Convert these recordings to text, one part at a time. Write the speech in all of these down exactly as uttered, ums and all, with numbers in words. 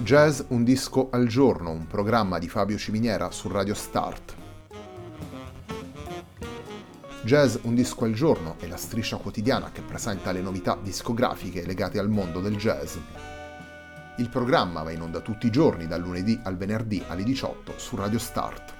Jazz un disco al giorno, un programma di Fabio Ciminiera su Radio Start. Jazz un disco al giorno è la striscia quotidiana che presenta le novità discografiche legate al mondo del jazz. Il programma va in onda tutti i giorni dal lunedì al venerdì alle diciotto su Radio Start.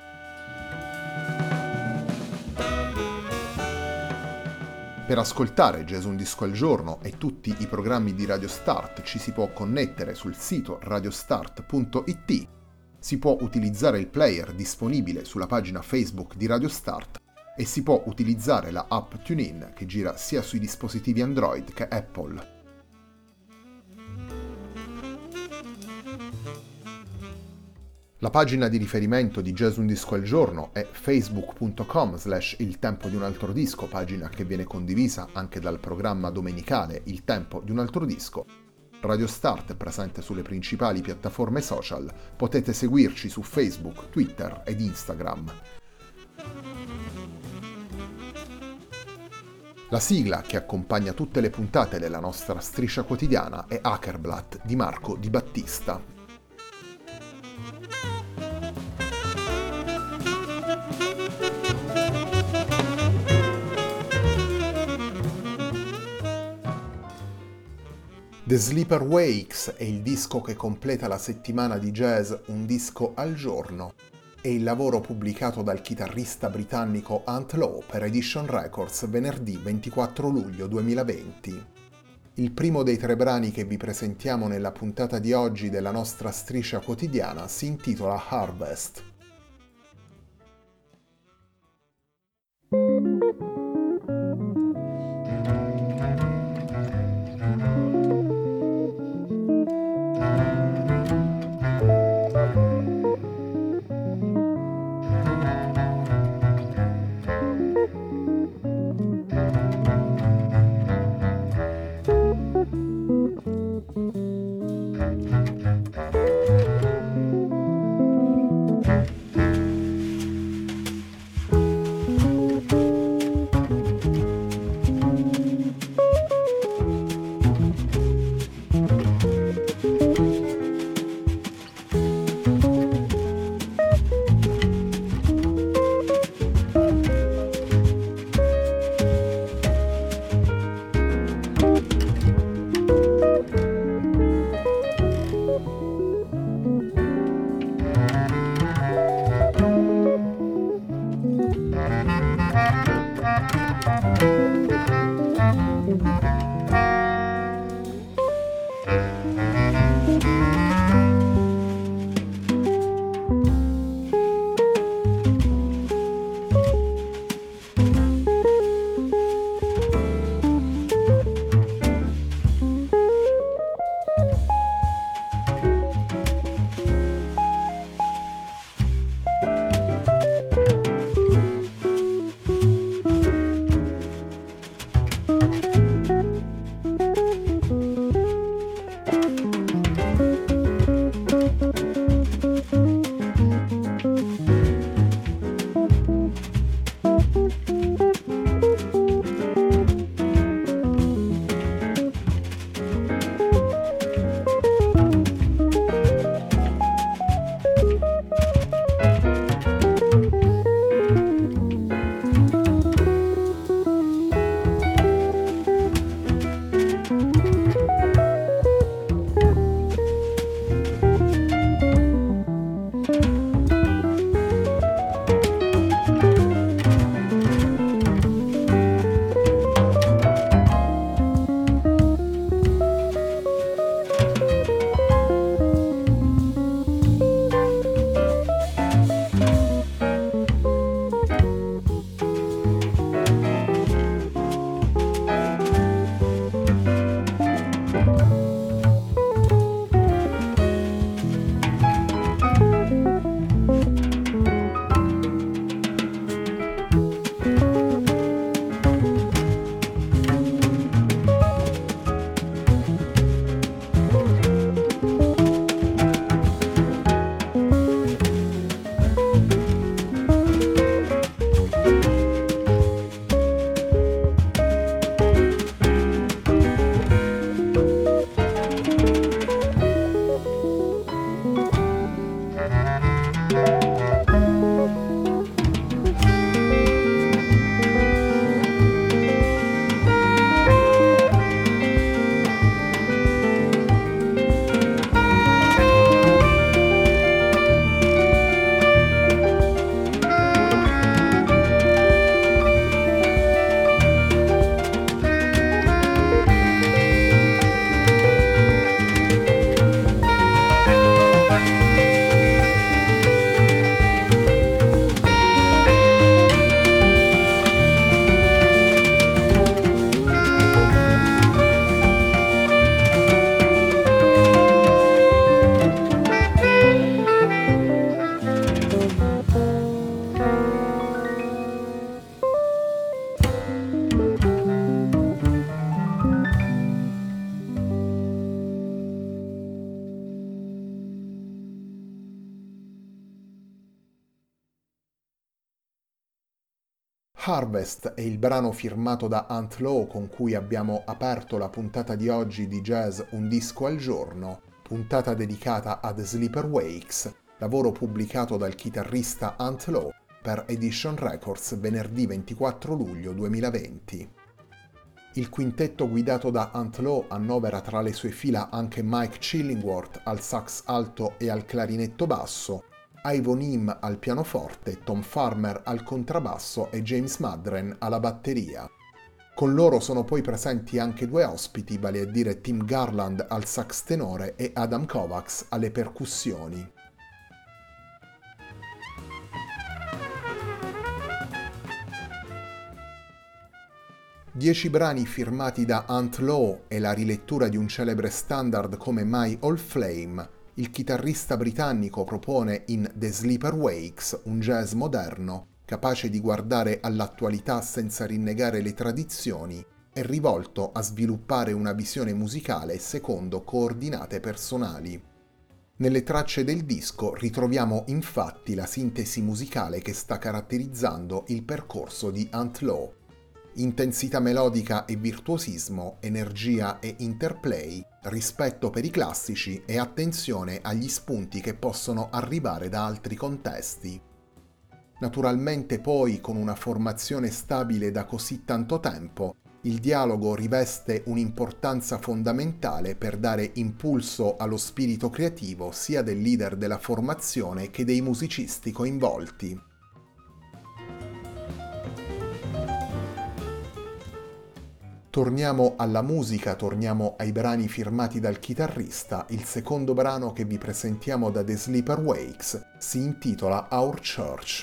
Per ascoltare Jazz un disco al giorno e tutti i programmi di Radio Start ci si può connettere sul sito radiostart punto it, si può utilizzare il player disponibile sulla pagina Facebook di Radio Start e si può utilizzare la app TuneIn che gira sia sui dispositivi Android che Apple. La pagina di riferimento di Jazz un disco al giorno è facebook punto com slash il tempo di un altro disco, pagina che viene condivisa anche dal programma domenicale Il tempo di un altro disco. Radio Start è presente sulle principali piattaforme social, potete seguirci su Facebook, Twitter ed Instagram. La sigla che accompagna tutte le puntate della nostra striscia quotidiana è Hackerblatt di Marco Di Battista. The Sleeper Wakes è il disco che completa la settimana di jazz Un disco al giorno. È il lavoro pubblicato dal chitarrista britannico Ant Lowe per Edition Records venerdì ventiquattro luglio duemilaventi. Il primo dei tre brani che vi presentiamo nella puntata di oggi della nostra striscia quotidiana si intitola Harvest. Harvest è il brano firmato da Ant Lo con cui abbiamo aperto la puntata di oggi di Jazz Un disco al giorno, puntata dedicata a The Sleeper Wakes, lavoro pubblicato dal chitarrista Ant Lo per Edition Records venerdì ventiquattro luglio duemilaventi. Il quintetto guidato da Ant Lo annovera tra le sue fila anche Mike Chillingworth al sax alto e al clarinetto basso, Ivan Im al pianoforte, Tom Farmer al contrabbasso e James Madren alla batteria. Con loro sono poi presenti anche due ospiti, vale a dire Tim Garland al sax tenore e Adam Kovacs alle percussioni. Dieci brani firmati da Ant Lo e la rilettura di un celebre standard come My Old Flame, il chitarrista britannico propone in The Sleeper Wakes un jazz moderno, capace di guardare all'attualità senza rinnegare le tradizioni e rivolto a sviluppare una visione musicale secondo coordinate personali. Nelle tracce del disco ritroviamo infatti la sintesi musicale che sta caratterizzando il percorso di Ant Lo. Intensità melodica e virtuosismo, energia e interplay, rispetto per i classici e attenzione agli spunti che possono arrivare da altri contesti. Naturalmente poi, con una formazione stabile da così tanto tempo, il dialogo riveste un'importanza fondamentale per dare impulso allo spirito creativo sia del leader della formazione che dei musicisti coinvolti. Torniamo alla musica, torniamo ai brani firmati dal chitarrista. Il secondo brano che vi presentiamo da The Sleeper Wakes si intitola Our Church.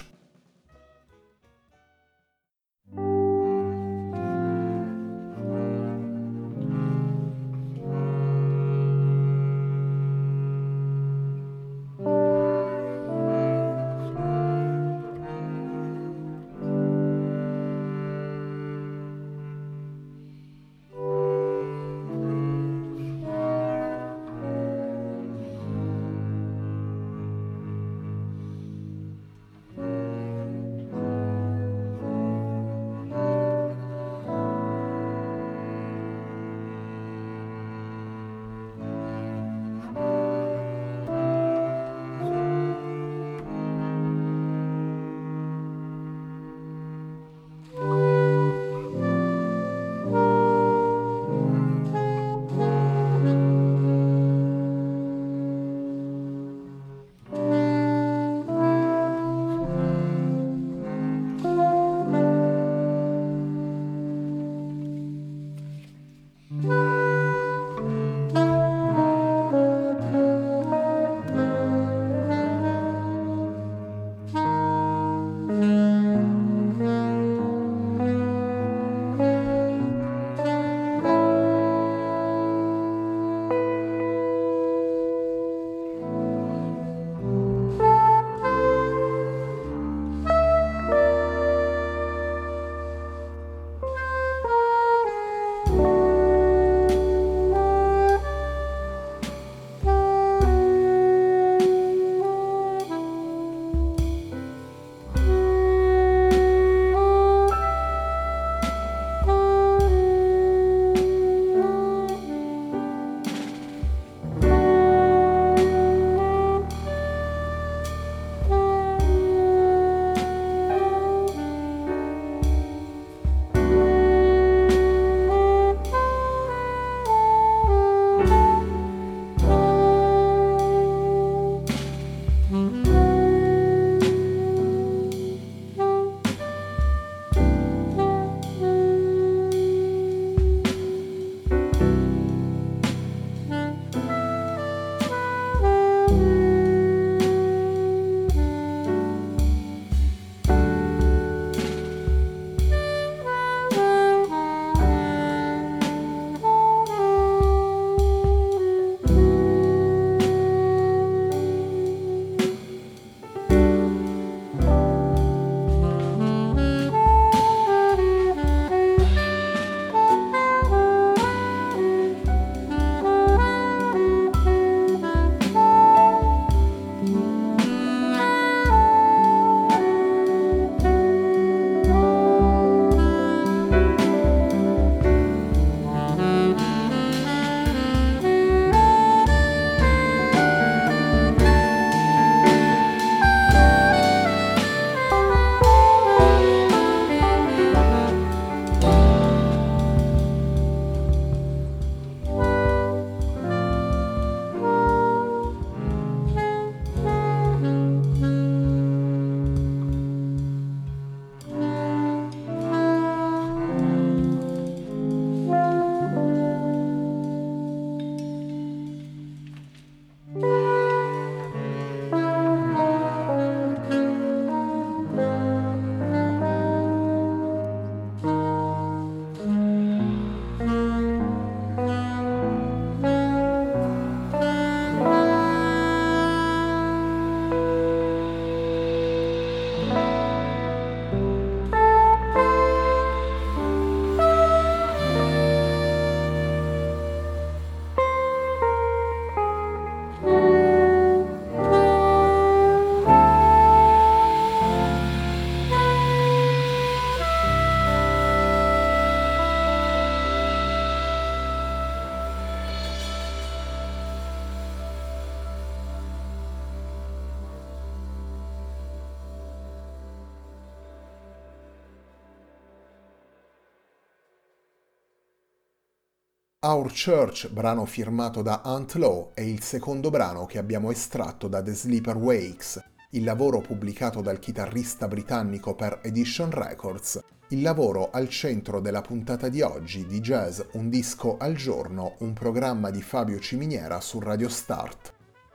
Our Church, brano firmato da Ant Law, è il secondo brano che abbiamo estratto da The Sleeper Wakes, il lavoro pubblicato dal chitarrista britannico per Edition Records, il lavoro al centro della puntata di oggi di Jazz Un disco al giorno, un programma di Fabio Ciminiera su Radio Start.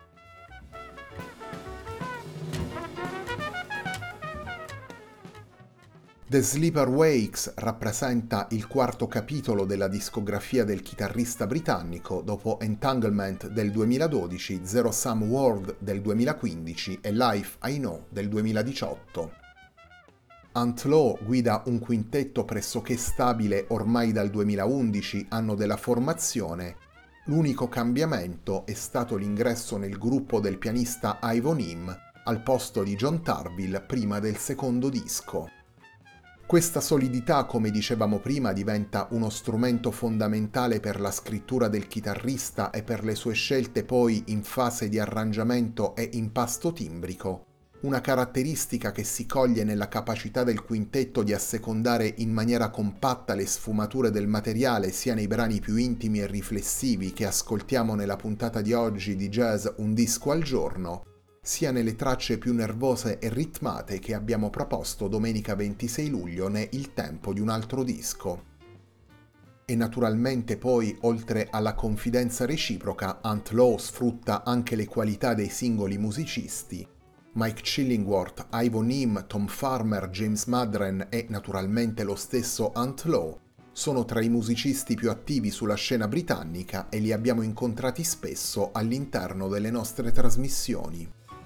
The Sleeper Wakes rappresenta il quarto capitolo della discografia del chitarrista britannico dopo Entanglement del duemiladodici, Zero Sum World del duemilaquindici e Life I Know del duemiladiciotto. Ant Law guida un quintetto pressoché stabile ormai dal duemilaundici, anno della formazione. L'unico cambiamento è stato l'ingresso nel gruppo del pianista Ivo Neame al posto di John Tarville prima del secondo disco. Questa solidità, come dicevamo prima, diventa uno strumento fondamentale per la scrittura del chitarrista e per le sue scelte poi in fase di arrangiamento e impasto timbrico, una caratteristica che si coglie nella capacità del quintetto di assecondare in maniera compatta le sfumature del materiale sia nei brani più intimi e riflessivi che ascoltiamo nella puntata di oggi di Jazz Un disco al giorno, sia nelle tracce più nervose e ritmate che abbiamo proposto domenica ventisei luglio ne Il tempo di un altro disco. E naturalmente poi, oltre alla confidenza reciproca, Ant Law sfrutta anche le qualità dei singoli musicisti. Mike Chillingworth, Ivo Neame, Tom Farmer, James Madren e naturalmente lo stesso Ant Law sono tra i musicisti più attivi sulla scena britannica e li abbiamo incontrati spesso all'interno delle nostre trasmissioni.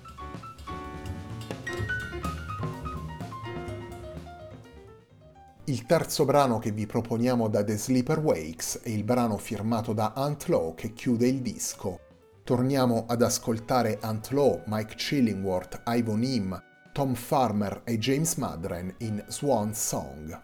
Il terzo brano che vi proponiamo da The Sleeper Wakes è il brano firmato da Ant Law che chiude il disco. Torniamo ad ascoltare Ant Law, Mike Chillingworth, Ivo Neame, Tom Farmer e James Madren in Swan Song.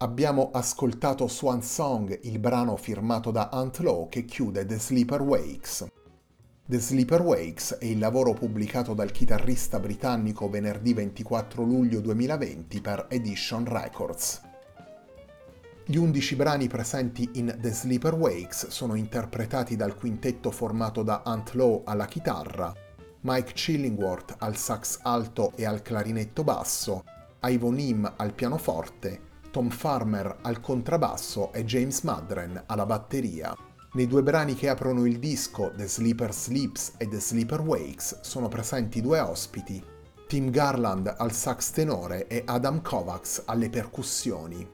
Abbiamo ascoltato Swan Song, il brano firmato da Ant Law che chiude The Sleeper Wakes. The Sleeper Wakes è il lavoro pubblicato dal chitarrista britannico venerdì ventiquattro luglio duemilaventi per Edition Records. Gli undici brani presenti in The Sleeper Wakes sono interpretati dal quintetto formato da Ant Law alla chitarra, Mike Chillingworth al sax alto e al clarinetto basso, Ivo Neame al pianoforte, Tom Farmer al contrabbasso e James Madren alla batteria. Nei due brani che aprono il disco, The Sleeper Sleeps e The Sleeper Wakes, sono presenti due ospiti, Tim Garland al sax tenore e Adam Kovacs alle percussioni.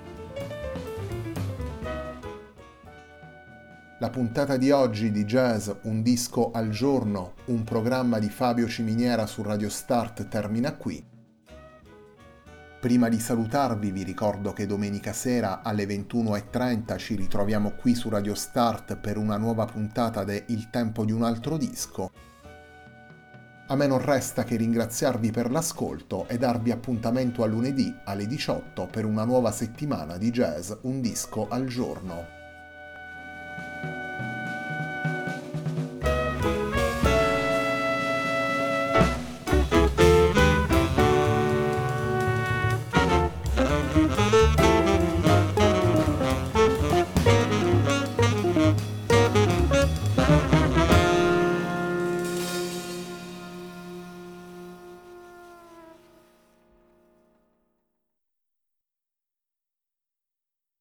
La puntata di oggi di Jazz Un disco al giorno, un programma di Fabio Ciminiera su Radio Start termina qui. Prima di salutarvi vi ricordo che domenica sera alle ventuno e trenta ci ritroviamo qui su Radio Start per una nuova puntata de Il tempo di un altro disco. A me non resta che ringraziarvi per l'ascolto e darvi appuntamento a lunedì alle diciotto per una nuova settimana di Jazz Un disco al giorno.